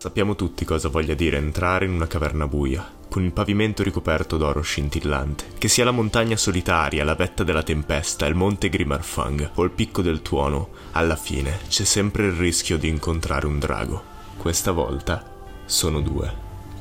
Sappiamo tutti cosa voglia dire entrare in una caverna buia, con il pavimento ricoperto d'oro scintillante. Che sia la montagna solitaria, la vetta della tempesta, il monte Grimarfang o il picco del tuono, alla fine c'è sempre il rischio di incontrare un drago. Questa volta sono due.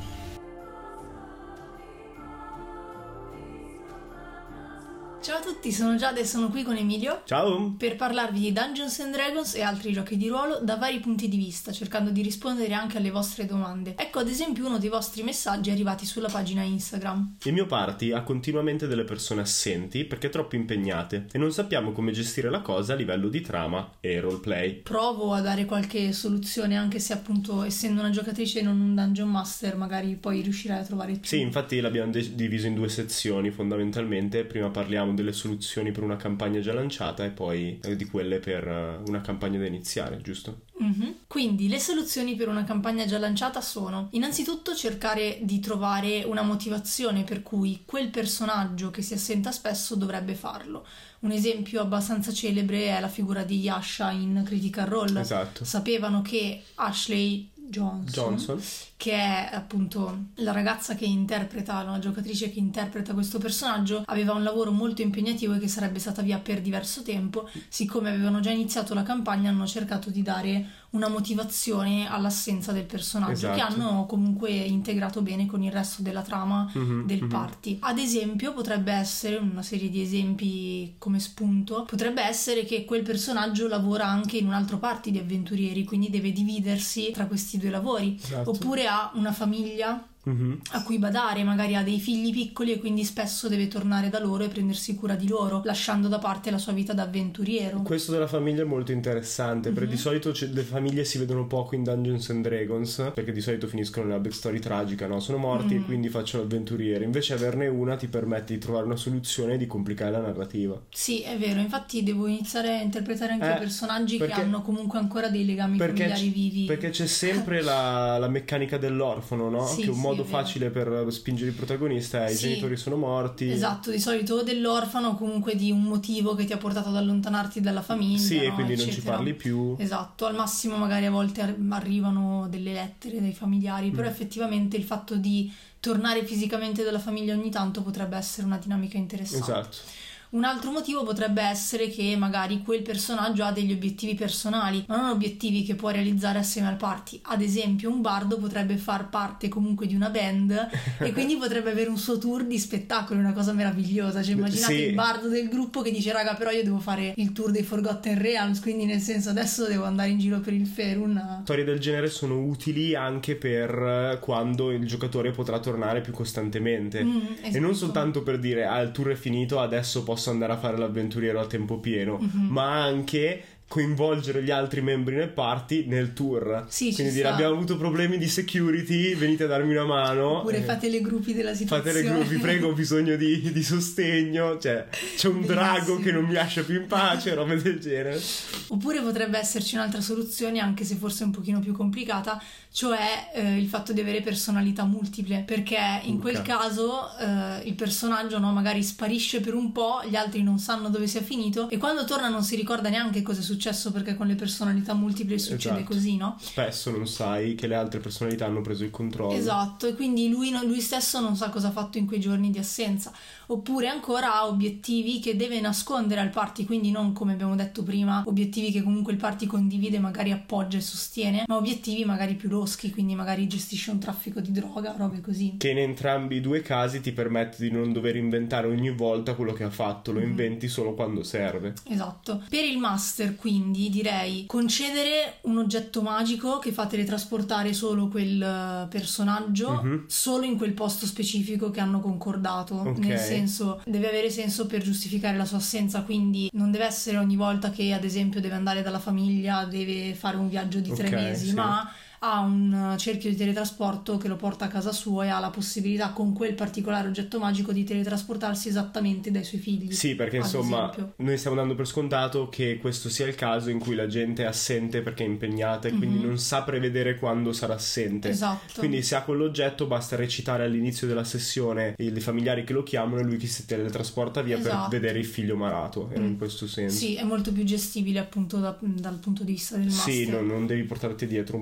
Ciao a tutti, sono Giada e sono qui con Emilio. Ciao! Per parlarvi di Dungeons and Dragons e altri giochi di ruolo da vari punti di vista, cercando di rispondere anche alle vostre domande. Ecco ad esempio uno dei vostri messaggi arrivati sulla pagina Instagram. Il mio party ha continuamente delle persone assenti perché troppo impegnate e non sappiamo come gestire la cosa a livello di trama e roleplay. Provo a dare qualche soluzione, anche se appunto essendo una giocatrice e non un Dungeon Master magari poi riuscirai a trovare più. Sì, infatti l'abbiamo diviso in due sezioni fondamentalmente. Prima parliamo delle soluzioni per una campagna già lanciata e poi di quelle per una campagna da iniziare, giusto? Quindi le soluzioni per una campagna già lanciata sono innanzitutto cercare di trovare una motivazione per cui quel personaggio che si assenta spesso dovrebbe farlo. Un esempio abbastanza celebre è la figura di Yasha in Critical Role. Esatto. Sapevano che Ashley Johnson, che è appunto la ragazza che interpreta, la giocatrice che interpreta questo personaggio, aveva un lavoro molto impegnativo e che sarebbe stata via per diverso tempo. Siccome avevano già iniziato la campagna, hanno cercato di dare una motivazione all'assenza del personaggio, esatto, che hanno comunque integrato bene con il resto della trama del party. Ad esempio potrebbe essere, una serie di esempi come spunto, potrebbe essere che quel personaggio lavora anche in un altro party di avventurieri, quindi deve dividersi tra questi due lavori. esatto, Oppure ha una famiglia a cui badare, magari ha dei figli piccoli e quindi spesso deve tornare da loro e prendersi cura di loro, lasciando da parte la sua vita da avventuriero. Questo della famiglia è molto interessante, perché di solito le famiglie si vedono poco in Dungeons and Dragons, perché di solito finiscono nella backstory tragica, no? Sono morti e quindi faccio l'avventuriere. Invece averne una ti permette di trovare una soluzione e di complicare la narrativa. Sì, è vero, infatti devo iniziare a interpretare anche personaggi che hanno comunque ancora dei legami familiari vivi. Perché c'è sempre la meccanica dell'orfano, no? Sì, che un sì, modo è vero. facile per spingere il protagonista è i genitori sono morti. Esatto, di solito dell'orfano o comunque di un motivo che ti ha portato ad allontanarti dalla famiglia. Sì, no? e quindi eccetera. non ci parli più. Esatto, al massimo magari a volte arrivano delle lettere dai familiari, però effettivamente il fatto di tornare fisicamente dalla famiglia ogni tanto potrebbe essere una dinamica interessante. Esatto. Un altro motivo potrebbe essere che magari quel personaggio ha degli obiettivi personali, ma non obiettivi che può realizzare assieme al party. Ad esempio, un bardo potrebbe far parte comunque di una band e quindi potrebbe avere un suo tour di spettacolo, una cosa meravigliosa. Cioè, immaginate il bardo del gruppo che dice: raga, però io devo fare il tour dei Forgotten Realms, quindi nel senso adesso devo andare in giro per il Faerun. Storie del genere sono utili anche per quando il giocatore potrà tornare più costantemente Esatto. e non soltanto per dire il tour è finito, adesso posso andare a fare l'avventuriero a tempo pieno, ma anche coinvolgere gli altri membri nel party nel tour. Sì, quindi dire: abbiamo avuto problemi di security, venite a darmi una mano. Oppure fate le gruppi della situazione. Fate le gruppi, prego, ho bisogno di sostegno. Cioè, c'è un drago che non mi lascia più in pace, robe del genere. Oppure potrebbe esserci un'altra soluzione, anche se forse un pochino più complicata, cioè il fatto di avere personalità multiple, perché in quel caso il personaggio, no, magari sparisce per un po', gli altri non sanno dove sia finito e quando torna non si ricorda neanche cosa è successo, perché con le personalità multiple succede così, no? Spesso non sai che le altre personalità hanno preso il controllo. Esatto, e quindi lui stesso non sa cosa ha fatto in quei giorni di assenza. Oppure ancora ha obiettivi che deve nascondere al party, quindi non, come abbiamo detto prima, obiettivi che comunque il party condivide, magari appoggia e sostiene, ma obiettivi magari più loschi, quindi magari gestisce un traffico di droga, robe così. Che in entrambi i due casi ti permette di non dover inventare ogni volta quello che ha fatto, lo inventi solo quando serve. Esatto. Per il master quindi direi concedere un oggetto magico che fa teletrasportare solo quel personaggio solo in quel posto specifico che hanno concordato, nel senso deve avere senso per giustificare la sua assenza, quindi non deve essere ogni volta che ad esempio deve andare dalla famiglia, deve fare un viaggio di 3 mesi, ma ha un cerchio di teletrasporto che lo porta a casa sua e ha la possibilità con quel particolare oggetto magico di teletrasportarsi esattamente dai suoi figli. Sì, perché insomma esempio. Noi stiamo dando per scontato che questo sia il caso in cui la gente è assente perché è impegnata e quindi non sa prevedere quando sarà assente. Esatto. Quindi se ha quell'oggetto basta recitare all'inizio della sessione i familiari che lo chiamano e lui che si teletrasporta via per vedere il figlio malato, in questo senso. Sì, è molto più gestibile appunto dal punto di vista del master. Sì, non devi portarti dietro un personaggio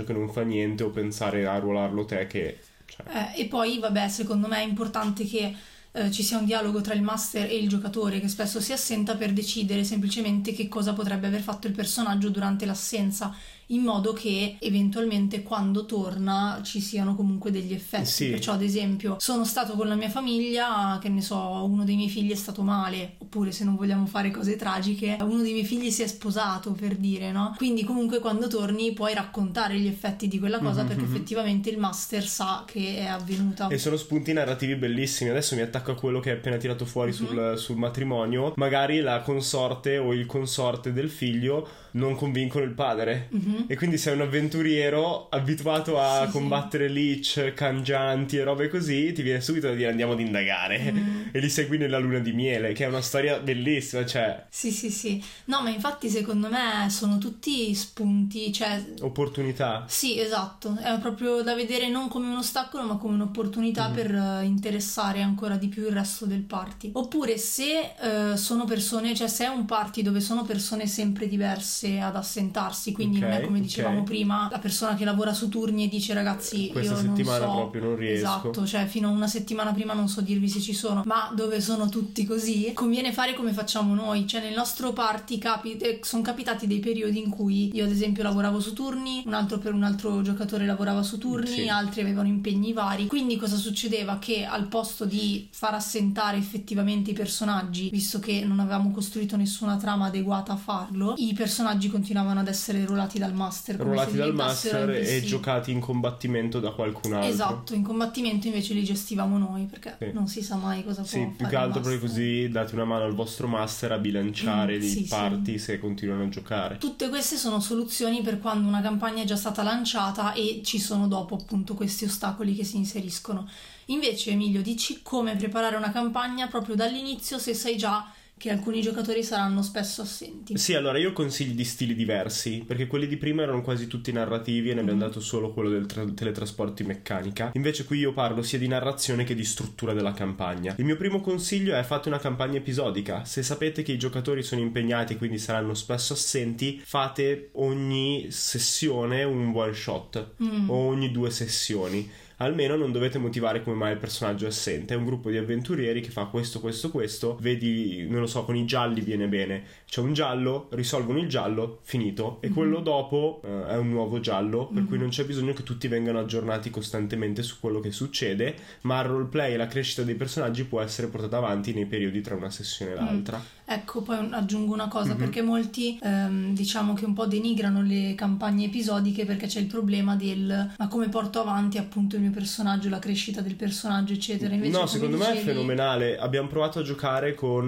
personaggio che non fa niente o pensare a ruolarlo te che... Cioè... E poi vabbè, secondo me è importante che ci sia un dialogo tra il master e il giocatore, che spesso si assenta, per decidere semplicemente che cosa potrebbe aver fatto il personaggio durante l'assenza, in modo che eventualmente quando torna ci siano comunque degli effetti. Sì. Perciò, ad esempio, sono stato con la mia famiglia, che ne so, uno dei miei figli è stato male, oppure, se non vogliamo fare cose tragiche, uno dei miei figli si è sposato, per dire, no? Quindi comunque quando torni puoi raccontare gli effetti di quella cosa, perché effettivamente il master sa che è avvenuta. E sono spunti narrativi bellissimi. Adesso mi attacco a quello che hai appena tirato fuori sul matrimonio. Magari la consorte o il consorte del figlio non convincono il padre, e quindi sei un avventuriero abituato a combattere lich, cangianti e robe così, ti viene subito da dire andiamo ad indagare, e li segui nella luna di miele, che è una storia bellissima, cioè... Sì. No, ma infatti secondo me sono tutti spunti, cioè... opportunità. Sì, esatto, è proprio da vedere non come un ostacolo ma come un'opportunità per interessare ancora di più il resto del party. Oppure se sono persone, cioè se è un party dove sono persone sempre diverse ad assentarsi, quindi non è come dicevamo prima, la persona che lavora su turni e dice ragazzi questa io settimana non so, proprio non riesco. esatto, cioè fino a una settimana prima non so dirvi se ci sono, ma dove sono tutti così, conviene fare come facciamo noi, cioè nel nostro party sono capitati dei periodi in cui io ad esempio lavoravo su turni, un altro giocatore lavorava su turni, altri avevano impegni vari, quindi cosa succedeva? Che al posto di far assentare effettivamente i personaggi, visto che non avevamo costruito nessuna trama adeguata a farlo, i personaggi continuavano ad essere ruolati dal master, e giocati in combattimento da qualcun altro. Esatto, in combattimento invece li gestivamo noi, perché non si sa mai cosa può fare. Più che altro proprio così date una mano al vostro master a bilanciare i party se continuano a giocare. Tutte queste sono soluzioni per quando una campagna è già stata lanciata e ci sono dopo appunto questi ostacoli che si inseriscono. Invece, Emilio, dici come preparare una campagna proprio dall'inizio se sai già che alcuni giocatori saranno spesso assenti. Sì, allora io consiglio di stili diversi, perché quelli di prima erano quasi tutti narrativi e ne abbiamo dato solo quello del teletrasporti meccanica. Invece qui io parlo sia di narrazione che di struttura della campagna. Il mio primo consiglio è: fate una campagna episodica. Se sapete che i giocatori sono impegnati e quindi saranno spesso assenti, fate ogni sessione un one shot o ogni 2 sessioni. Almeno non dovete motivare come mai il personaggio è assente. È un gruppo di avventurieri che fa questo. Vedi, non lo so, con i gialli viene bene. C'è un giallo, risolvono il giallo, finito. E quello dopo è un nuovo giallo, per cui non c'è bisogno che tutti vengano aggiornati costantemente su quello che succede, ma il roleplay e la crescita dei personaggi può essere portata avanti nei periodi tra una sessione e l'altra. Ecco, poi aggiungo una cosa, perché molti diciamo che un po' denigrano le campagne episodiche, perché c'è il problema del ma come porto avanti appunto il mio personaggio, la crescita del personaggio eccetera. Invece, no, secondo me è fenomenale. Abbiamo provato a giocare con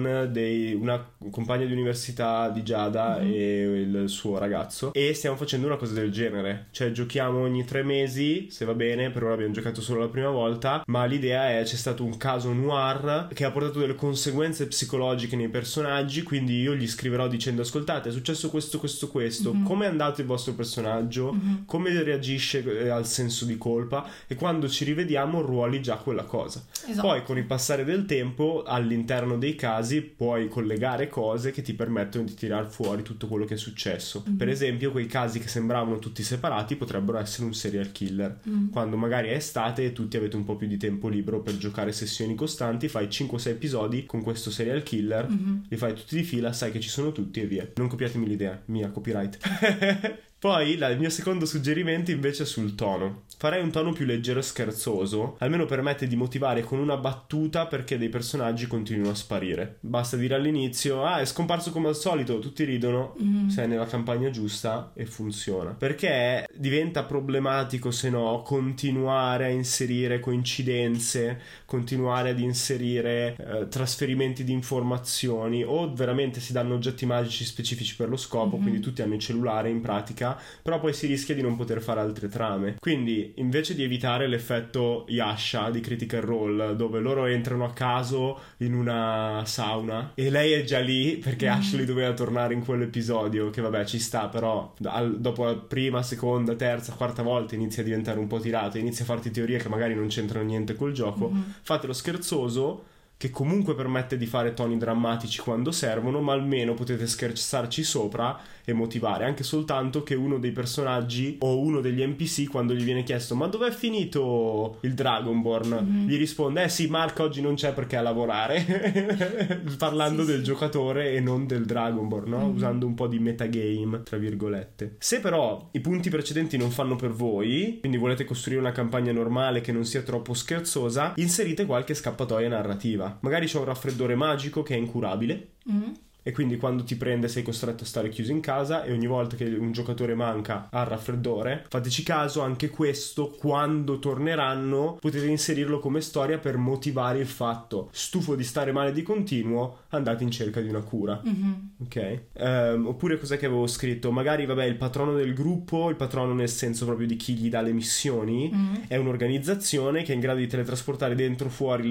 una compagna di università di Giada e il suo ragazzo, e stiamo facendo una cosa del genere, cioè giochiamo ogni 3 mesi se va bene. Per ora abbiamo giocato solo la prima volta, ma l'idea è: c'è stato un caso noir che ha portato delle conseguenze psicologiche nei personaggi, quindi io gli scriverò dicendo ascoltate è successo questo, come è andato il vostro personaggio, come reagisce al senso di colpa, e quando ci rivediamo ruoli già quella cosa. Esatto. Poi con il passare del tempo all'interno dei casi puoi collegare cose che ti permettono di tirar fuori tutto quello che è successo. Per esempio quei casi che sembravano tutti separati potrebbero essere un serial killer. Quando magari è estate e tutti avete un po' più di tempo libero per giocare sessioni costanti, fai 5-6 episodi con questo serial killer, li fai tutti di fila, sai che ci sono tutti e via. Non copiatemi l'idea, mia copyright. Poi il mio secondo suggerimento invece è sul tono. Farei un tono più leggero e scherzoso, almeno permette di motivare con una battuta perché dei personaggi continuino a sparire. Basta dire all'inizio è scomparso come al solito, tutti ridono, sei nella campagna giusta e funziona. Perché diventa problematico se no continuare a inserire coincidenze, continuare ad inserire trasferimenti di informazioni, o veramente si danno oggetti magici specifici per lo scopo, quindi tutti hanno il cellulare in pratica, però poi si rischia di non poter fare altre trame. Quindi invece di evitare l'effetto Yasha di Critical Role, dove loro entrano a caso in una sauna e lei è già lì perché Ashley doveva tornare in quell'episodio, che vabbè ci sta, però dopo la prima, seconda, terza, quarta volta inizia a diventare un po' tirato, inizia a farti teorie che magari non c'entrano niente col gioco. Fatelo scherzoso, che comunque permette di fare toni drammatici quando servono, ma almeno potete scherzarci sopra e motivare, anche soltanto che uno dei personaggi o uno degli NPC, quando gli viene chiesto ma dov'è finito il Dragonborn, gli risponde sì, Mark oggi non c'è perché è a lavorare parlando del giocatore e non del Dragonborn, no? Usando un po' di metagame tra virgolette. Se però i punti precedenti non fanno per voi, quindi volete costruire una campagna normale che non sia troppo scherzosa, inserite qualche scappatoia narrativa. Magari c'è un raffreddore magico che è incurabile e quindi quando ti prende sei costretto a stare chiuso in casa, e ogni volta che un giocatore manca al raffreddore, fateci caso, anche questo quando torneranno potete inserirlo come storia per motivare il fatto: stufo di stare male di continuo, andate in cerca di una cura. Ok? Oppure cos'è che avevo scritto? Magari vabbè, il patrono del gruppo, il patrono nel senso proprio di chi gli dà le missioni, è un'organizzazione che è in grado di teletrasportare dentro o fuori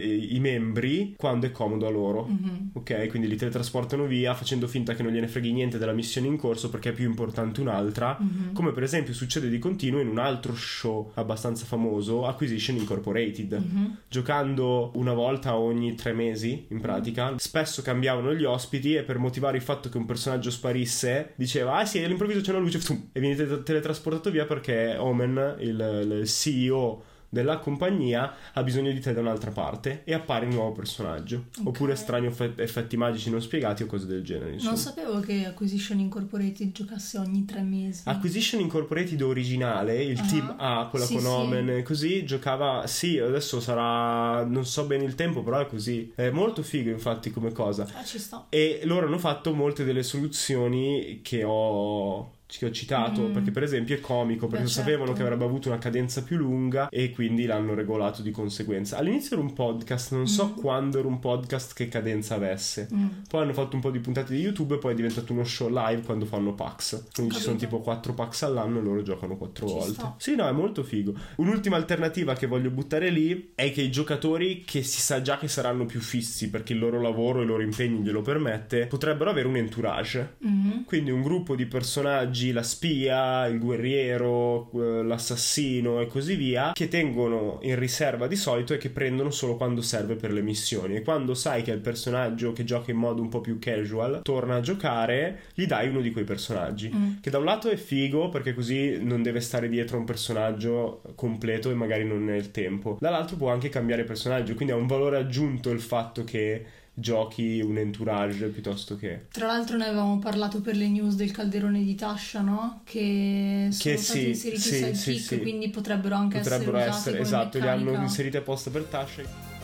i membri quando è comodo a loro. Ok? Quindi li teletrasportano via facendo finta che non gliene freghi niente della missione in corso perché è più importante un'altra, come per esempio succede di continuo in un altro show abbastanza famoso, Acquisition Incorporated. Giocando una volta ogni 3 mesi in pratica, spesso cambiavano gli ospiti e per motivare il fatto che un personaggio sparisse diceva ah sì, all'improvviso c'è una luce e viene teletrasportato via perché Omen, il CEO della compagnia, ha bisogno di te da un'altra parte e appare un nuovo personaggio. Oppure strani effetti magici non spiegati o cose del genere, insomma. Non sapevo che Acquisition Incorporated giocasse ogni 3 mesi. Acquisition Incorporated originale, il team A, quella con Omen e così, giocava, sì, adesso sarà, non so bene il tempo, però è così. È molto figo infatti come cosa. Ci sta. E loro hanno fatto molte delle soluzioni che ho citato, perché per esempio è comico, perché sapevano che avrebbe avuto una cadenza più lunga e quindi l'hanno regolato di conseguenza. All'inizio era un podcast, non so quando era un podcast che cadenza avesse, poi hanno fatto un po' di puntate di YouTube e poi è diventato uno show live quando fanno PAX, quindi ci sono tipo 4 PAX all'anno e loro giocano 4 volte. Sì, no, è molto figo. Un'ultima alternativa che voglio buttare lì è che i giocatori, che si sa già che saranno più fissi perché il loro lavoro e i loro impegni glielo permette, potrebbero avere un entourage, quindi un gruppo di personaggi, la spia, il guerriero, l'assassino e così via, che tengono in riserva di solito e che prendono solo quando serve per le missioni. E quando sai che è il personaggio che gioca in modo un po' più casual torna a giocare, gli dai uno di quei personaggi, che da un lato è figo perché così non deve stare dietro a un personaggio completo e magari non ne ha il tempo, dall'altro può anche cambiare personaggio, quindi ha un valore aggiunto il fatto che giochi un entourage piuttosto che... Tra l'altro ne avevamo parlato per le news del calderone di Tasha, no? Che sono stati inseriti sidekick, quindi potrebbero anche essere usati come esatto, meccanica. li hanno inseriti apposta per Tasha.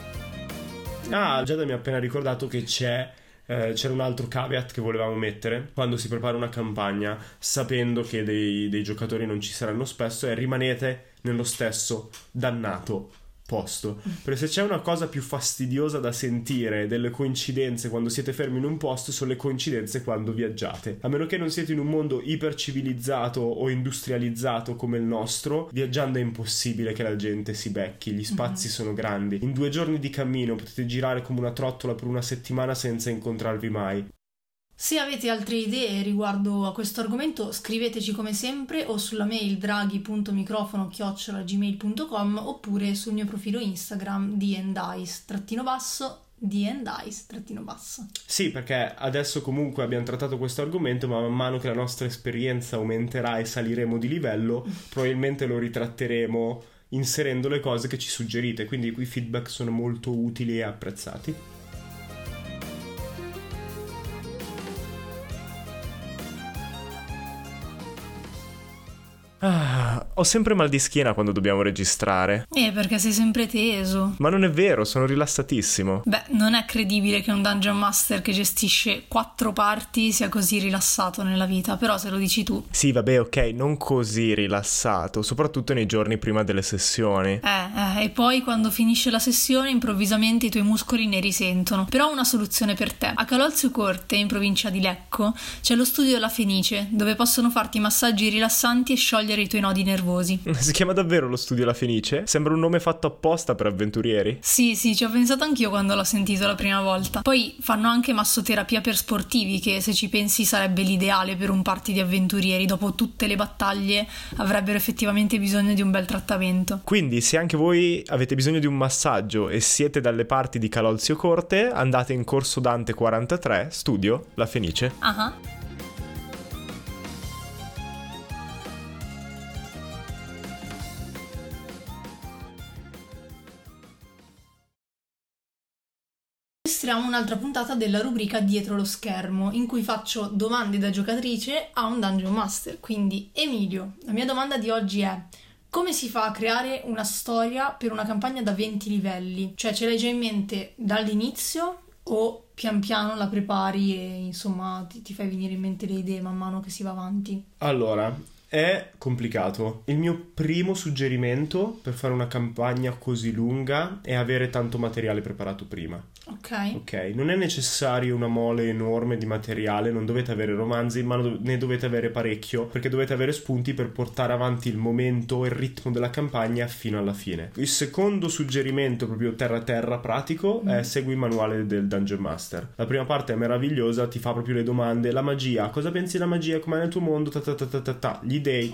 Giada mi ha appena ricordato che c'era un altro caveat che volevamo mettere quando si prepara una campagna, sapendo che dei giocatori non ci saranno spesso, e rimanete nello stesso dannato posto, perché se c'è una cosa più fastidiosa da sentire delle coincidenze quando siete fermi in un posto, sono le coincidenze quando viaggiate. A meno che non siete in un mondo ipercivilizzato o industrializzato come il nostro, viaggiando è impossibile che la gente si becchi, gli spazi sono grandi, in 2 giorni di cammino potete girare come una trottola per una settimana senza incontrarvi mai. Se avete altre idee riguardo a questo argomento, scriveteci come sempre o sulla mail draghi.microfono@gmail.com oppure sul mio profilo Instagram _DNDice_. Sì, perché adesso comunque abbiamo trattato questo argomento, ma man mano che la nostra esperienza aumenterà e saliremo di livello, probabilmente lo ritratteremo inserendo le cose che ci suggerite, quindi i feedback sono molto utili e apprezzati. Ho sempre mal di schiena quando dobbiamo registrare. Perché sei sempre teso. Ma non è vero, sono rilassatissimo. Beh, non è credibile che un Dungeon Master che gestisce 4 parti sia così rilassato nella vita, però se lo dici tu. Sì, vabbè, ok, non così rilassato, soprattutto nei giorni prima delle sessioni. E poi quando finisce la sessione improvvisamente i tuoi muscoli ne risentono. Però ho una soluzione per te. A Calolzio Corte, in provincia di Lecco, c'è lo studio La Fenice, dove possono farti massaggi rilassanti e sciogliere i tuoi nodi nervosi nervosi. Si chiama davvero lo studio La Fenice? Sembra un nome fatto apposta per avventurieri. Sì, ci ho pensato anch'io quando l'ho sentito la prima volta. Poi fanno anche massoterapia per sportivi, che se ci pensi sarebbe l'ideale per un party di avventurieri. Dopo tutte le battaglie avrebbero effettivamente bisogno di un bel trattamento. Quindi se anche voi avete bisogno di un massaggio e siete dalle parti di Calolzio Corte, andate in Corso Dante 43, studio La Fenice. Registriamo un'altra puntata della rubrica Dietro lo schermo, in cui faccio domande da giocatrice a un Dungeon Master. Quindi, Emilio, la mia domanda di oggi è: come si fa a creare una storia per una campagna da 20 livelli? Cioè, ce l'hai già in mente dall'inizio o pian piano la prepari e insomma ti fai venire in mente le idee man mano che si va avanti? Allora, è complicato. Il mio primo suggerimento per fare una campagna così lunga è avere tanto materiale preparato prima. Ok, non è necessario una mole enorme di materiale, non dovete avere romanzi, ma ne dovete avere parecchio, perché dovete avere spunti per portare avanti il momento e il ritmo della campagna fino alla fine. Il secondo suggerimento, proprio terra pratico, è segui il manuale del Dungeon Master. La prima parte è meravigliosa, ti fa proprio le domande: la magia, cosa pensi della magia, com'è nel tuo mondo, gli dei,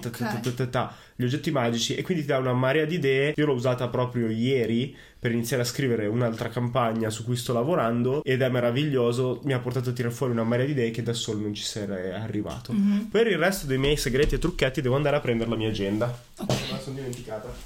gli oggetti magici, e quindi ti dà una marea di idee. Io l'ho usata proprio ieri per iniziare a scrivere un'altra campagna su cui sto lavorando ed è meraviglioso, mi ha portato a tirare fuori una marea di idee che da solo non ci sarei arrivato. Per il resto dei miei segreti e trucchetti devo andare a prendere la mia agenda. Me la sono dimenticata.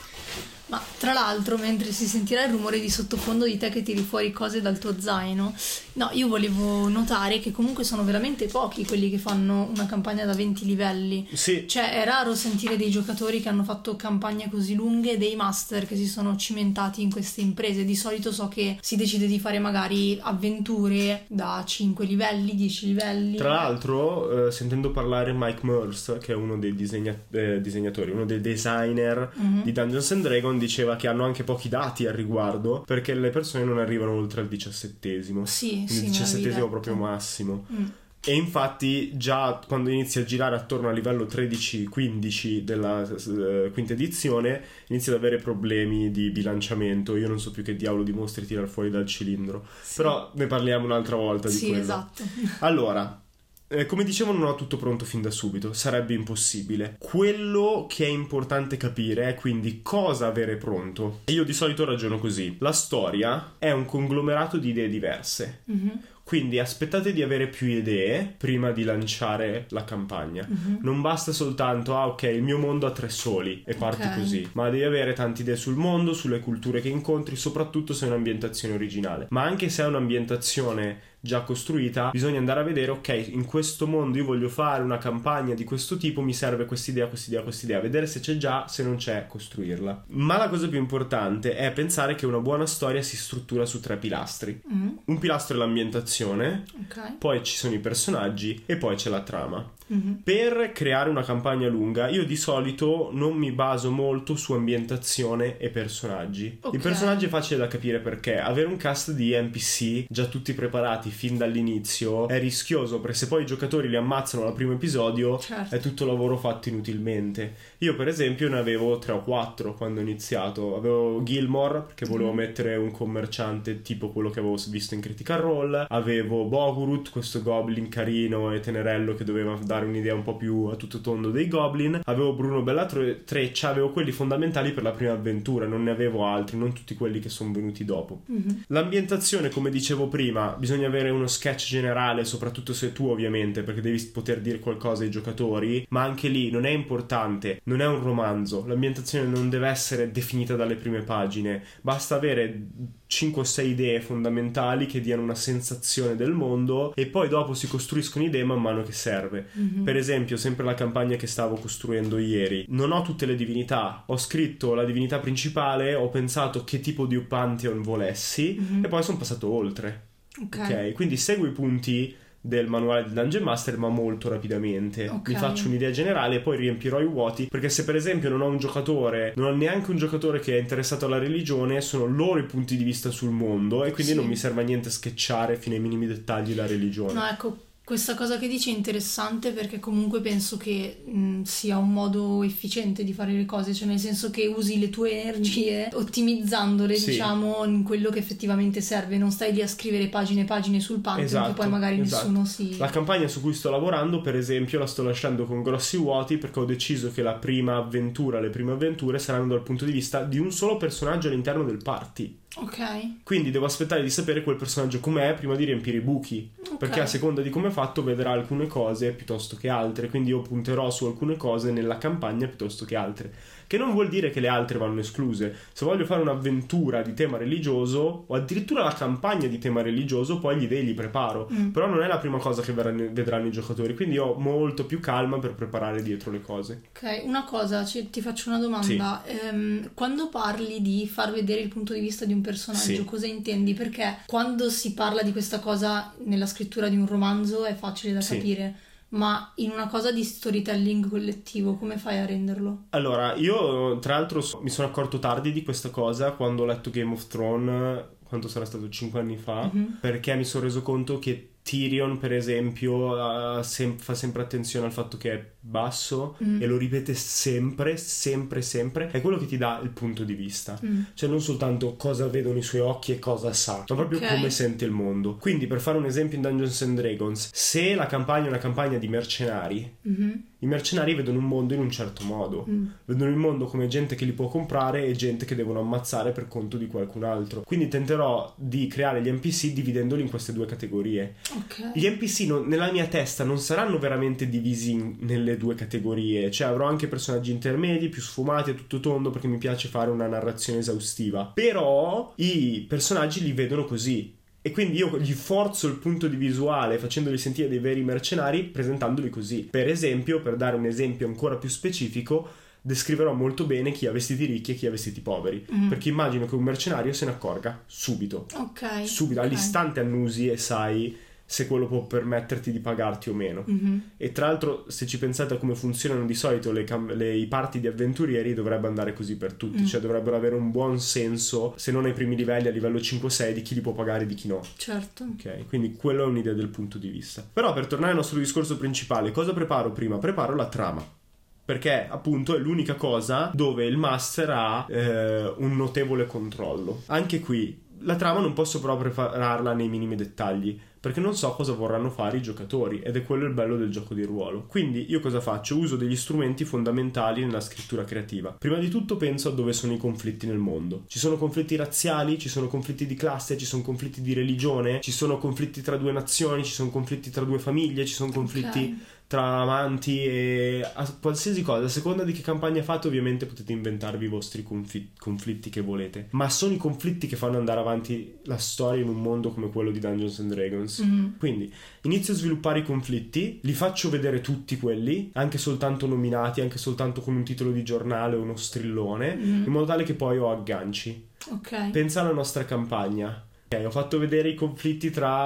Ma tra l'altro, mentre si sentirà il rumore di sottofondo di te che tiri fuori cose dal tuo zaino, no, io volevo notare che comunque sono veramente pochi quelli che fanno una campagna da 20 livelli. Sì. Cioè, è raro sentire dei giocatori che hanno fatto campagne così lunghe, dei master che si sono cimentati in queste imprese. Di solito so che si decide di fare magari avventure da 5 livelli, 10 livelli. Tra l'altro, sentendo parlare Mike Merce, che è uno dei disegnatori, uno dei designer di Dungeons and Dragons, diceva che hanno anche pochi dati al riguardo perché le persone non arrivano oltre al 17esimo. Sì, il 17esimo proprio massimo. E infatti già quando inizi a girare attorno al livello 13-15 della quinta edizione inizi ad avere problemi di bilanciamento. Io non so più che diavolo di mostri tirar fuori dal cilindro, però ne parliamo un'altra volta di quello. Esatto. Allora, come dicevo, non ho tutto pronto fin da subito, sarebbe impossibile. Quello che è importante capire è quindi cosa avere pronto. E io di solito ragiono così: la storia è un conglomerato di idee diverse. Quindi aspettate di avere più idee prima di lanciare la campagna. Non basta soltanto ok, il mio mondo ha 3 soli e parti così, ma devi avere tante idee sul mondo, sulle culture che incontri, soprattutto se è un'ambientazione originale. Ma anche se è un'ambientazione già costruita, bisogna andare a vedere: ok, in questo mondo io voglio fare una campagna di questo tipo, mi serve quest'idea, vedere se c'è già, se non c'è, costruirla. Ma la cosa più importante è pensare che una buona storia si struttura su 3 pilastri. Un pilastro è l'ambientazione, poi ci sono i personaggi e poi c'è la trama. Per creare una campagna lunga io di solito non mi baso molto su ambientazione e personaggi. I personaggi è facile da capire perché avere un cast di NPC già tutti preparati fin dall'inizio è rischioso, perché se poi i giocatori li ammazzano al primo episodio è tutto lavoro fatto inutilmente. Io per esempio ne avevo 3 o 4 quando ho iniziato. Avevo Gilmore perché volevo mettere un commerciante tipo quello che avevo visto in Critical Role, avevo Bogurut, questo goblin carino e tenerello che doveva dare un'idea un po' più a tutto tondo dei goblin, avevo Bruno Bellatreccia, avevo quelli fondamentali per la prima avventura, non ne avevo altri, non tutti quelli che sono venuti dopo. L'ambientazione, come dicevo prima, bisogna avere uno sketch generale, soprattutto se tu ovviamente, perché devi poter dire qualcosa ai giocatori, ma anche lì non è importante, non è un romanzo, l'ambientazione non deve essere definita dalle prime pagine, basta avere 5 o 6 idee fondamentali che diano una sensazione del mondo e poi dopo si costruiscono idee man mano che serve. Per esempio, sempre la campagna che stavo costruendo ieri, non ho tutte le divinità, ho scritto la divinità principale, ho pensato che tipo di pantheon volessi e poi sono passato oltre. Ok, quindi segui i punti del manuale del Dungeon Master ma molto rapidamente. Mi faccio un'idea generale e poi riempirò i vuoti, perché se per esempio non ho un giocatore, non ho neanche un giocatore che è interessato alla religione, sono loro i punti di vista sul mondo e quindi non mi serve a niente sketchare fino ai minimi dettagli la religione. No, ecco, Questa cosa che dici è interessante perché comunque penso che sia un modo efficiente di fare le cose, cioè nel senso che usi le tue energie ottimizzandole, diciamo, in quello che effettivamente serve, non stai lì a scrivere pagine e pagine sul Pantheon che poi magari nessuno si... La campagna su cui sto lavorando, per esempio, la sto lasciando con grossi vuoti perché ho deciso che le prime avventure saranno dal punto di vista di un solo personaggio all'interno del party. Ok. Quindi devo aspettare di sapere quel personaggio com'è prima di riempire i buchi, perché a seconda di come è fatto vedrà alcune cose piuttosto che altre, quindi io punterò su alcune cose nella campagna piuttosto che altre, che non vuol dire che le altre vanno escluse. Se voglio fare un'avventura di tema religioso o addirittura la campagna di tema religioso, poi gli dei li preparo, però non è la prima cosa che vedranno i giocatori, quindi ho molto più calma per preparare dietro le cose. Ok, una cosa, ti faccio una domanda. Quando parli di far vedere il punto di vista di un personaggio, cosa intendi? Perché quando si parla di questa cosa nella scrittura di un romanzo è facile da capire, ma in una cosa di storytelling collettivo come fai a renderlo? Allora, io tra l'altro mi sono accorto tardi di questa cosa quando ho letto Game of Thrones, quanto sarà stato 5 anni fa, perché mi sono reso conto che Tyrion, per esempio, fa sempre attenzione al fatto che è basso e lo ripete sempre, è quello che ti dà il punto di vista, cioè non soltanto cosa vedono i suoi occhi e cosa sa, ma proprio come sente il mondo. Quindi, per fare un esempio, in Dungeons and Dragons, se la campagna è una campagna di mercenari, i mercenari vedono un mondo in un certo modo, vedono il mondo come gente che li può comprare e gente che devono ammazzare per conto di qualcun altro. Quindi tenterò di creare gli NPC dividendoli in queste due categorie. Gli NPC nella mia testa non saranno veramente divisi nelle due categorie, cioè avrò anche personaggi intermedi, più sfumati a tutto tondo, perché mi piace fare una narrazione esaustiva, però i personaggi li vedono così. E quindi io gli forzo il punto di visuale facendoli sentire dei veri mercenari, presentandoli così. Per esempio, per dare un esempio ancora più specifico, descriverò molto bene chi ha vestiti ricchi e chi ha vestiti poveri, perché immagino che un mercenario se ne accorga subito, all'istante annusi e sai se quello può permetterti di pagarti o meno. E tra l'altro, se ci pensate a come funzionano di solito i party di avventurieri, dovrebbe andare così per tutti, cioè dovrebbero avere un buon senso, se non ai primi livelli, a livello 5-6, di chi li può pagare e di chi no. Certo. Ok, quindi quello è un'idea del punto di vista. Però, per tornare al nostro discorso principale, cosa preparo prima? Preparo la trama, perché appunto è l'unica cosa dove il master ha un notevole controllo. Anche qui la trama non posso però prepararla nei minimi dettagli, perché non so cosa vorranno fare i giocatori, ed è quello il bello del gioco di ruolo. Quindi io cosa faccio? Uso degli strumenti fondamentali nella scrittura creativa. Prima di tutto penso a dove sono i conflitti nel mondo. Ci sono conflitti razziali, ci sono conflitti di classe, ci sono conflitti di religione, ci sono conflitti tra due nazioni, ci sono conflitti tra due famiglie, ci sono conflitti tra amanti e qualsiasi cosa. A seconda di che campagna fate, ovviamente potete inventarvi i vostri conflitti che volete, ma sono i conflitti che fanno andare avanti la storia in un mondo come quello di Dungeons and Dragons. Quindi inizio a sviluppare i conflitti, li faccio vedere tutti quelli, anche soltanto nominati, anche soltanto con un titolo di giornale o uno strillone, in modo tale che poi ho agganci. Pensa alla nostra campagna. Ho fatto vedere i conflitti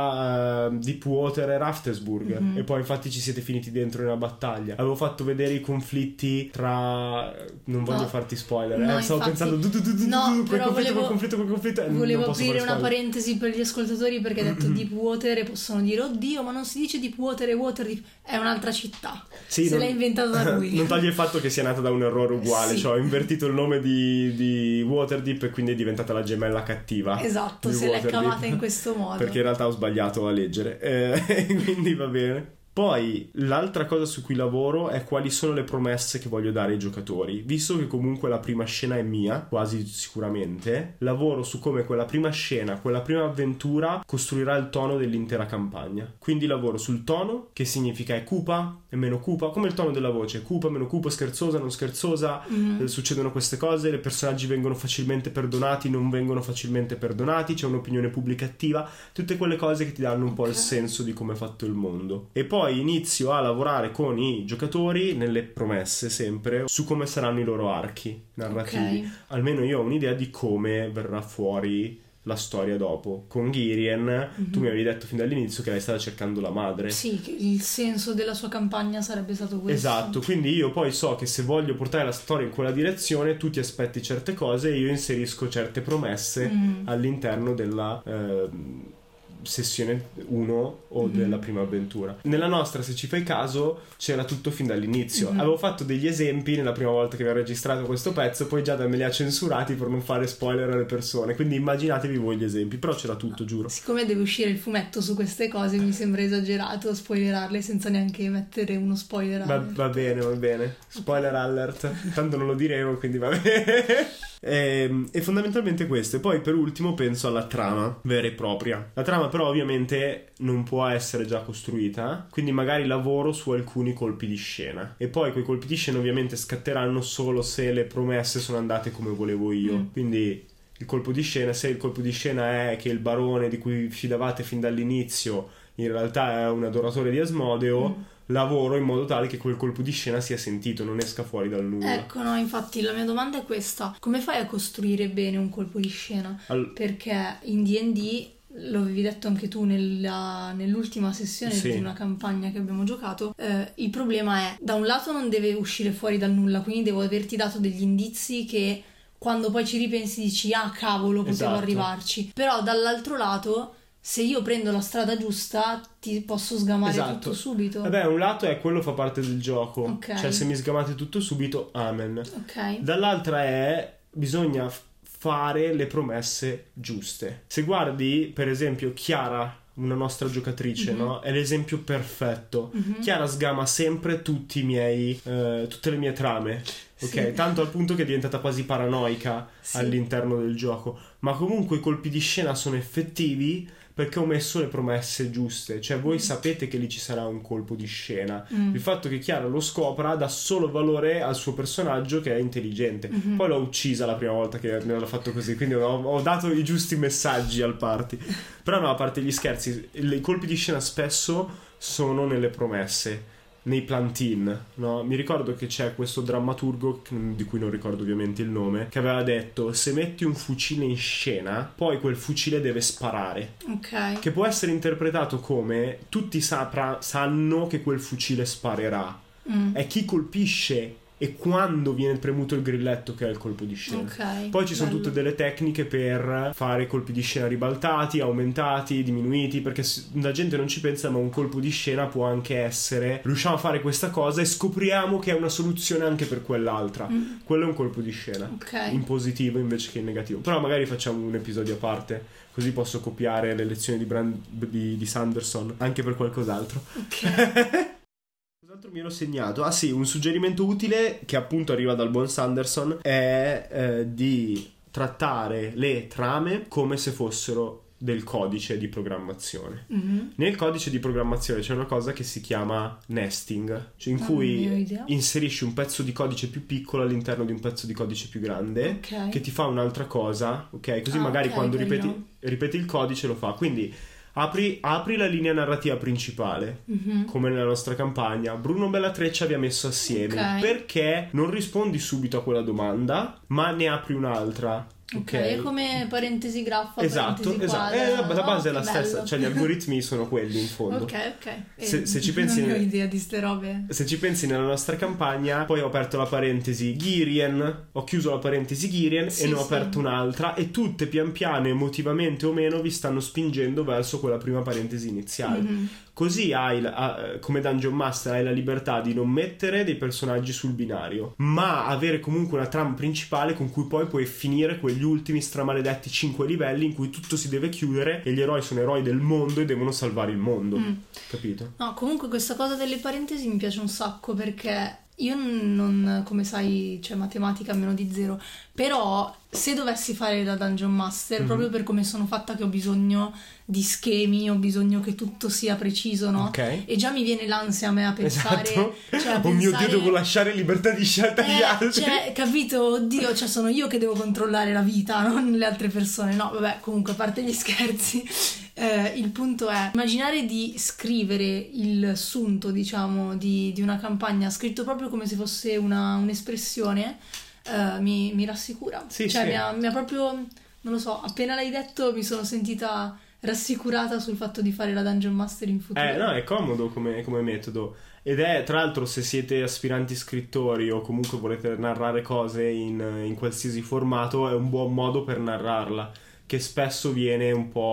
tra Deepwater e Raftesburg, e poi infatti ci siete finiti dentro in una battaglia. Avevo fatto vedere i conflitti tra... non voglio farti spoiler, stavo pensando quel conflitto volevo aprire una parentesi per gli ascoltatori, perché hai detto Deepwater e possono dire oddio, ma non si dice Deepwater, è un'altra città, l'ha inventata da lui. Non toglie il fatto che sia nata da un errore uguale, cioè ho invertito il nome di Waterdeep e quindi è diventata la gemella cattiva. Esatto, se l'è cavata in questo modo, perché in realtà ho sbagliato a leggere, quindi va bene. Poi l'altra cosa su cui lavoro è quali sono le promesse che voglio dare ai giocatori. Visto che comunque la prima scena è mia, quasi sicuramente, lavoro su come quella prima scena, quella prima avventura costruirà il tono dell'intera campagna. Quindi lavoro sul tono, che significa è cupa, è meno cupa, come il tono della voce, cupa, meno cupa, scherzosa, non scherzosa, succedono queste cose, i personaggi vengono facilmente perdonati, non vengono facilmente perdonati, c'è un'opinione pubblica attiva, tutte quelle cose che ti danno un po' il senso di come è fatto il mondo. E poi inizio a lavorare con i giocatori nelle promesse, sempre su come saranno i loro archi narrativi. Almeno io ho un'idea di come verrà fuori la storia dopo. Con Girien tu mi avevi detto fin dall'inizio che lei stava cercando la madre. Sì, che il senso della sua campagna sarebbe stato questo. Esatto, quindi io poi so che se voglio portare la storia in quella direzione tu ti aspetti certe cose e io inserisco certe promesse all'interno sessione 1 o della prima avventura. Nella nostra, se ci fai caso, c'era tutto fin dall'inizio. Avevo fatto degli esempi nella prima volta che avevo registrato questo pezzo, poi Giada me li ha censurati per non fare spoiler alle persone, quindi immaginatevi voi gli esempi, però c'era tutto, giuro. Siccome deve uscire il fumetto su queste cose, mi sembra esagerato spoilerarle senza neanche mettere uno spoiler alert. Va bene, spoiler alert, tanto non lo diremo, quindi va bene. E fondamentalmente questo. E poi per ultimo penso alla trama vera e propria. La trama però ovviamente non può essere già costruita, quindi magari lavoro su alcuni colpi di scena, e poi quei colpi di scena ovviamente scatteranno solo se le promesse sono andate come volevo io. Quindi il colpo di scena, se il colpo di scena è che il barone di cui fidavate fin dall'inizio in realtà è un adoratore di Asmodeo, lavoro in modo tale che quel colpo di scena sia sentito, non esca fuori dal nulla. Ecco, no, infatti la mia domanda è questa: come fai a costruire bene un colpo di scena? Perché in D&D, lo avevi detto anche tu nell'ultima sessione di una campagna che abbiamo giocato, il problema è, da un lato non deve uscire fuori dal nulla, quindi devo averti dato degli indizi che quando poi ci ripensi dici ah cavolo, potevo arrivarci, però dall'altro lato se io prendo la strada giusta ti posso sgamare tutto subito. Vabbè, un lato è quello, fa parte del gioco, okay. Cioè se mi sgamate tutto subito, amen. Okay. Dall'altra è bisogna fare le promesse giuste. Se guardi per esempio Chiara, una nostra giocatrice, no? È l'esempio perfetto. Chiara sgama sempre tutte le mie trame, ok? Tanto al punto che è diventata quasi paranoica all'interno del gioco, ma comunque i colpi di scena sono effettivi perché ho messo le promesse giuste, cioè voi sapete che lì ci sarà un colpo di scena. Il fatto che Chiara lo scopra dà solo valore al suo personaggio, che è intelligente. Poi l'ho uccisa la prima volta che me l'ha fatto così, quindi ho dato i giusti messaggi al party. Però no, a parte gli scherzi, i colpi di scena spesso sono nelle promesse, nei plantine, no? Mi ricordo che c'è questo drammaturgo, di cui non ricordo ovviamente il nome, che aveva detto: se metti un fucile in scena, poi quel fucile deve sparare. Ok. Che può essere interpretato come tutti sanno che quel fucile sparerà. È chi colpisce e quando viene premuto il grilletto che è il colpo di scena. Okay, poi ci sono tutte delle tecniche per fare colpi di scena ribaltati, aumentati, diminuiti, perché la gente non ci pensa, ma un colpo di scena può anche essere: riusciamo a fare questa cosa e scopriamo che è una soluzione anche per quell'altra. Quello è un colpo di scena, in positivo invece che in negativo. Però magari facciamo un episodio a parte, così posso copiare le lezioni di Sanderson anche per qualcos'altro. Ok. Cos'altro mi ero segnato? Ah sì, un suggerimento utile che appunto arriva dal buon Sanderson è di trattare le trame come se fossero del codice di programmazione. Nel codice di programmazione c'è una cosa che si chiama nesting, cioè in cui inserisci un pezzo di codice più piccolo all'interno di un pezzo di codice più grande, che ti fa un'altra cosa, ok? Così magari quando ripeti il codice lo fa. Quindi apri la linea narrativa principale, come nella nostra campagna. Bruno Bellatreccia vi ha messo assieme, perché non rispondi subito a quella domanda, ma ne apri un'altra. Ok, è come parentesi graffa, esatto. La base è la stessa, cioè gli algoritmi sono quelli in fondo. Ok. Se ci pensi, non ho idea di ste robe. Se ci pensi nella nostra campagna, poi ho aperto la parentesi Girien, ho chiuso la parentesi Girien e ne ho aperto un'altra, e tutte pian piano, emotivamente o meno, vi stanno spingendo verso quella prima parentesi iniziale. Così come Dungeon Master hai la libertà di non mettere dei personaggi sul binario, ma avere comunque una trama principale con cui poi puoi finire quegli ultimi stramaledetti 5 livelli in cui tutto si deve chiudere e gli eroi sono eroi del mondo e devono salvare il mondo. Capito? No, comunque questa cosa delle parentesi mi piace un sacco, perché io non, come sai, cioè matematica meno di 0, però se dovessi fare da Dungeon Master, proprio per come sono fatta, che ho bisogno di schemi, ho bisogno che tutto sia preciso, no? E già mi viene l'ansia a me a pensare, cioè a oh mio Dio, devo lasciare libertà di scelta agli altri, cioè, capito? Oddio, cioè sono io che devo controllare la vita, non le altre persone. No, vabbè, comunque, a parte gli scherzi, il punto è immaginare di scrivere il sunto, diciamo, di una campagna scritto proprio come se fosse un'espressione. Mi rassicura, mi ha proprio, non lo so, appena l'hai detto mi sono sentita rassicurata sul fatto di fare la Dungeon Master in futuro. No, è comodo come metodo, ed è, tra l'altro, se siete aspiranti scrittori o comunque volete narrare cose in qualsiasi formato, è un buon modo per narrarla, che spesso viene un po'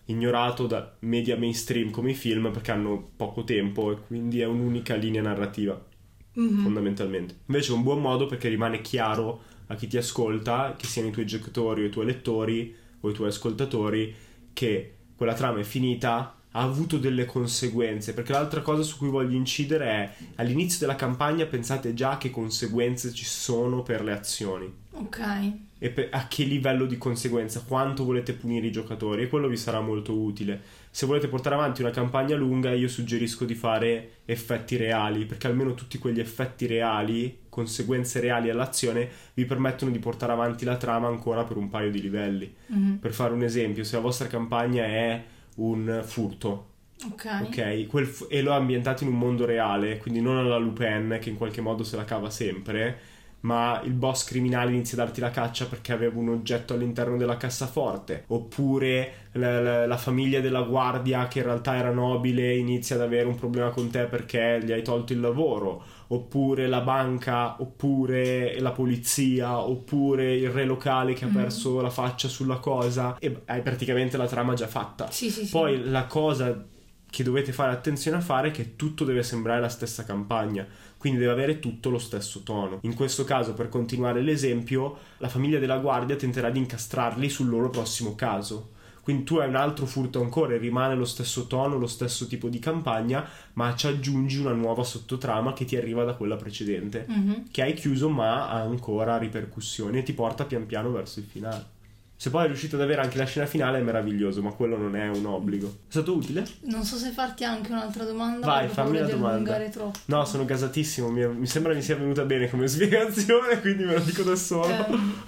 ignorato da media mainstream come i film perché hanno poco tempo e quindi è un'unica linea narrativa, fondamentalmente. Invece è un buon modo perché rimane chiaro a chi ti ascolta, che siano i tuoi giocatori o i tuoi lettori o i tuoi ascoltatori, che quella trama è finita, ha avuto delle conseguenze. Perché l'altra cosa su cui voglio incidere è: all'inizio della campagna pensate già che conseguenze ci sono per le azioni, ok, e a che livello di conseguenza, quanto volete punire i giocatori, e quello vi sarà molto utile. Se volete portare avanti una campagna lunga, io suggerisco di fare effetti reali, perché almeno tutti quegli effetti reali, conseguenze reali all'azione, vi permettono di portare avanti la trama ancora per un paio di livelli. Per fare un esempio, se la vostra campagna è un furto, ok, e lo ambientate in un mondo reale, quindi non alla Lupin che in qualche modo se la cava sempre, ma il boss criminale inizia a darti la caccia perché aveva un oggetto all'interno della cassaforte, oppure la famiglia della guardia, che in realtà era nobile, inizia ad avere un problema con te perché gli hai tolto il lavoro, oppure la banca, oppure la polizia, oppure il re locale che ha perso la faccia sulla cosa, e hai praticamente la trama già fatta. Poi la cosa che dovete fare attenzione a fare è che tutto deve sembrare la stessa campagna, quindi deve avere tutto lo stesso tono. In questo caso, per continuare l'esempio, la famiglia della guardia tenterà di incastrarli sul loro prossimo caso, quindi tu hai un altro furto ancora e rimane lo stesso tono, lo stesso tipo di campagna, ma ci aggiungi una nuova sottotrama che ti arriva da quella precedente, che hai chiuso ma ha ancora ripercussioni e ti porta pian piano verso il finale. Se poi riuscite ad avere anche la scena finale è meraviglioso, ma quello non è un obbligo. È stato utile? Non so se farti anche un'altra domanda. Vai, fammi la domanda. Troppo. No, sono gasatissimo, mi sembra mi sia venuta bene come spiegazione, quindi me lo dico da solo.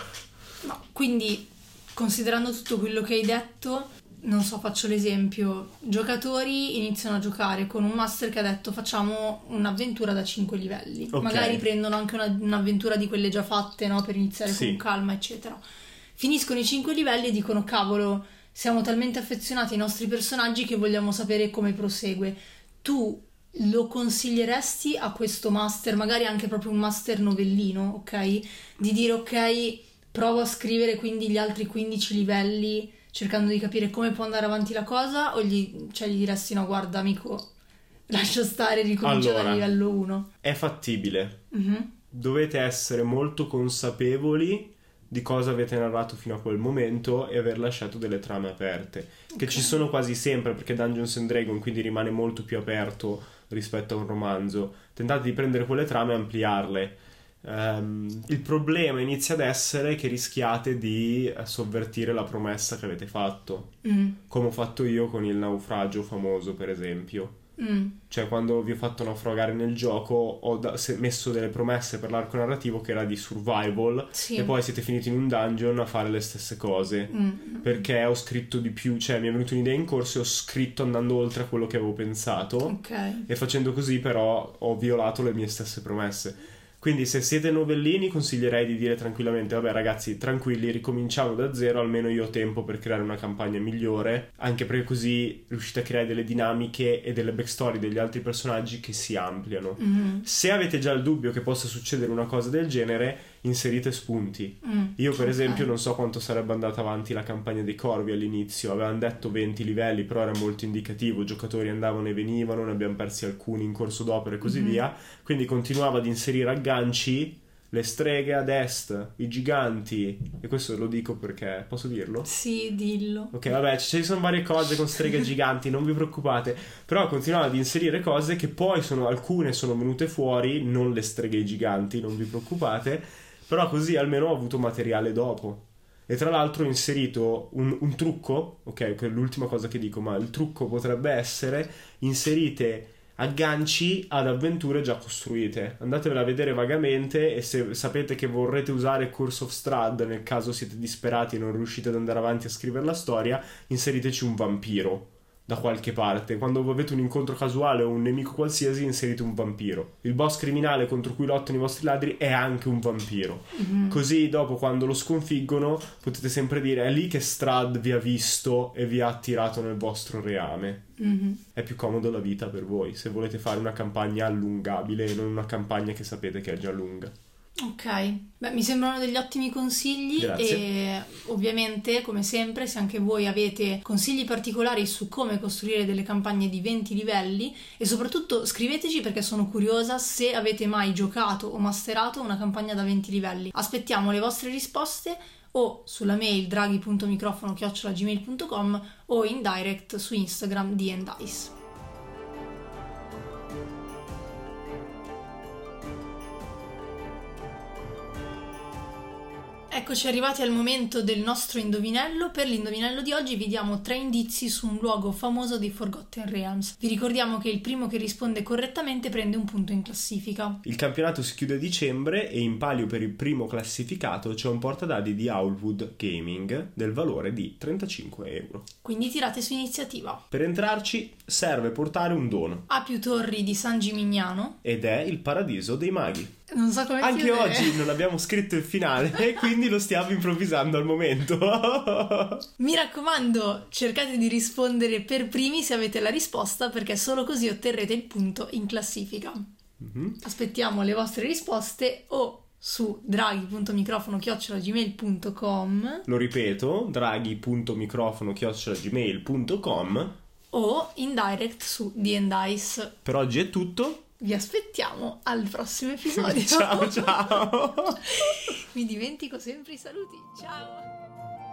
No, quindi, considerando tutto quello che hai detto, non so, faccio l'esempio: giocatori iniziano a giocare con un master che ha detto facciamo un'avventura da 5 livelli, magari prendono anche un'avventura di quelle già fatte, no, per iniziare con calma, eccetera. Finiscono i 5 livelli e dicono cavolo, siamo talmente affezionati ai nostri personaggi che vogliamo sapere come prosegue. Tu lo consiglieresti a questo master, magari anche proprio un master novellino, ok? Di dire ok, provo a scrivere quindi gli altri 15 livelli cercando di capire come può andare avanti la cosa, o gli diresti no, guarda amico, lascia stare, ricomincia dal livello 1? È fattibile. Dovete essere molto consapevoli di cosa avete narrato fino a quel momento e aver lasciato delle trame aperte, che ci sono quasi sempre, perché Dungeons and Dragons quindi rimane molto più aperto rispetto a un romanzo. Tentate di prendere quelle trame e ampliarle. Il problema inizia ad essere che rischiate di sovvertire la promessa che avete fatto, come ho fatto io con il naufragio famoso, per esempio. Cioè, quando vi ho fatto naufragare nel gioco ho messo delle promesse per l'arco narrativo che era di survival, e poi siete finiti in un dungeon a fare le stesse cose, perché ho scritto di più, cioè mi è venuta un'idea in corso e ho scritto andando oltre a quello che avevo pensato, e facendo così però ho violato le mie stesse promesse. Quindi se siete novellini consiglierei di dire tranquillamente vabbè ragazzi, tranquilli, ricominciamo da zero, almeno io ho tempo per creare una campagna migliore, anche perché così riuscite a creare delle dinamiche e delle backstory degli altri personaggi che si ampliano. Se avete già il dubbio che possa succedere una cosa del genere, inserite spunti. Io per esempio non so quanto sarebbe andata avanti la campagna dei corvi all'inizio, avevano detto 20 livelli, però era molto indicativo, giocatori andavano e venivano, ne abbiamo persi alcuni in corso d'opera e così via, quindi continuavo ad inserire agganci, le streghe ad est, i giganti, e questo lo dico perché posso dirlo? Sì, dillo. Ok, vabbè, ci sono varie cose con streghe giganti, non vi preoccupate, però continuavo ad inserire cose che poi alcune sono venute fuori, non le streghe giganti, non vi preoccupate, però così almeno ho avuto materiale dopo. E tra l'altro ho inserito un trucco, ok, che è l'ultima cosa che dico, ma il trucco potrebbe essere: inserite agganci ad avventure già costruite, andatevela a vedere vagamente, e se sapete che vorrete usare Curse of Strahd nel caso siete disperati e non riuscite ad andare avanti a scrivere la storia, inseriteci un vampiro da qualche parte. Quando avete un incontro casuale o un nemico qualsiasi, inserite un vampiro. Il boss criminale contro cui lottano i vostri ladri è anche un vampiro. Così dopo, quando lo sconfiggono, potete sempre dire è lì che Strahd vi ha visto e vi ha attirato nel vostro reame. È più comodo la vita per voi se volete fare una campagna allungabile e non una campagna che sapete che è già lunga. Ok, beh, mi sembrano degli ottimi consigli. Grazie. E ovviamente, come sempre, se anche voi avete consigli particolari su come costruire delle campagne di 20 livelli, e soprattutto scriveteci, perché sono curiosa se avete mai giocato o masterato una campagna da 20 livelli. Aspettiamo le vostre risposte o sulla mail draghi.microfono@gmail.com o in direct su Instagram D&Dice. Eccoci arrivati al momento del nostro indovinello. Per l'indovinello di oggi vi diamo 3 indizi su un luogo famoso dei Forgotten Realms. Vi ricordiamo che il primo che risponde correttamente prende un punto in classifica. Il campionato si chiude a dicembre e in palio per il primo classificato c'è un portadadi di Owlwood Gaming del valore di 35 euro. Quindi tirate su iniziativa. Per entrarci serve portare un dono A più torri di San Gimignano. ed è il paradiso dei maghi. Non so come Anche chiudere. oggi non abbiamo scritto il finale e quindi lo stiamo improvvisando al momento. Mi raccomando, cercate di rispondere per primi se avete la risposta, perché solo così otterrete il punto in classifica. Aspettiamo le vostre risposte o su draghi.microfono@gmail.com Lo ripeto, draghi.microfono@gmail.com. o in direct su D&Dice. Per oggi è tutto. Vi aspettiamo al prossimo episodio. Ciao ciao. Mi dimentico sempre i saluti. Ciao.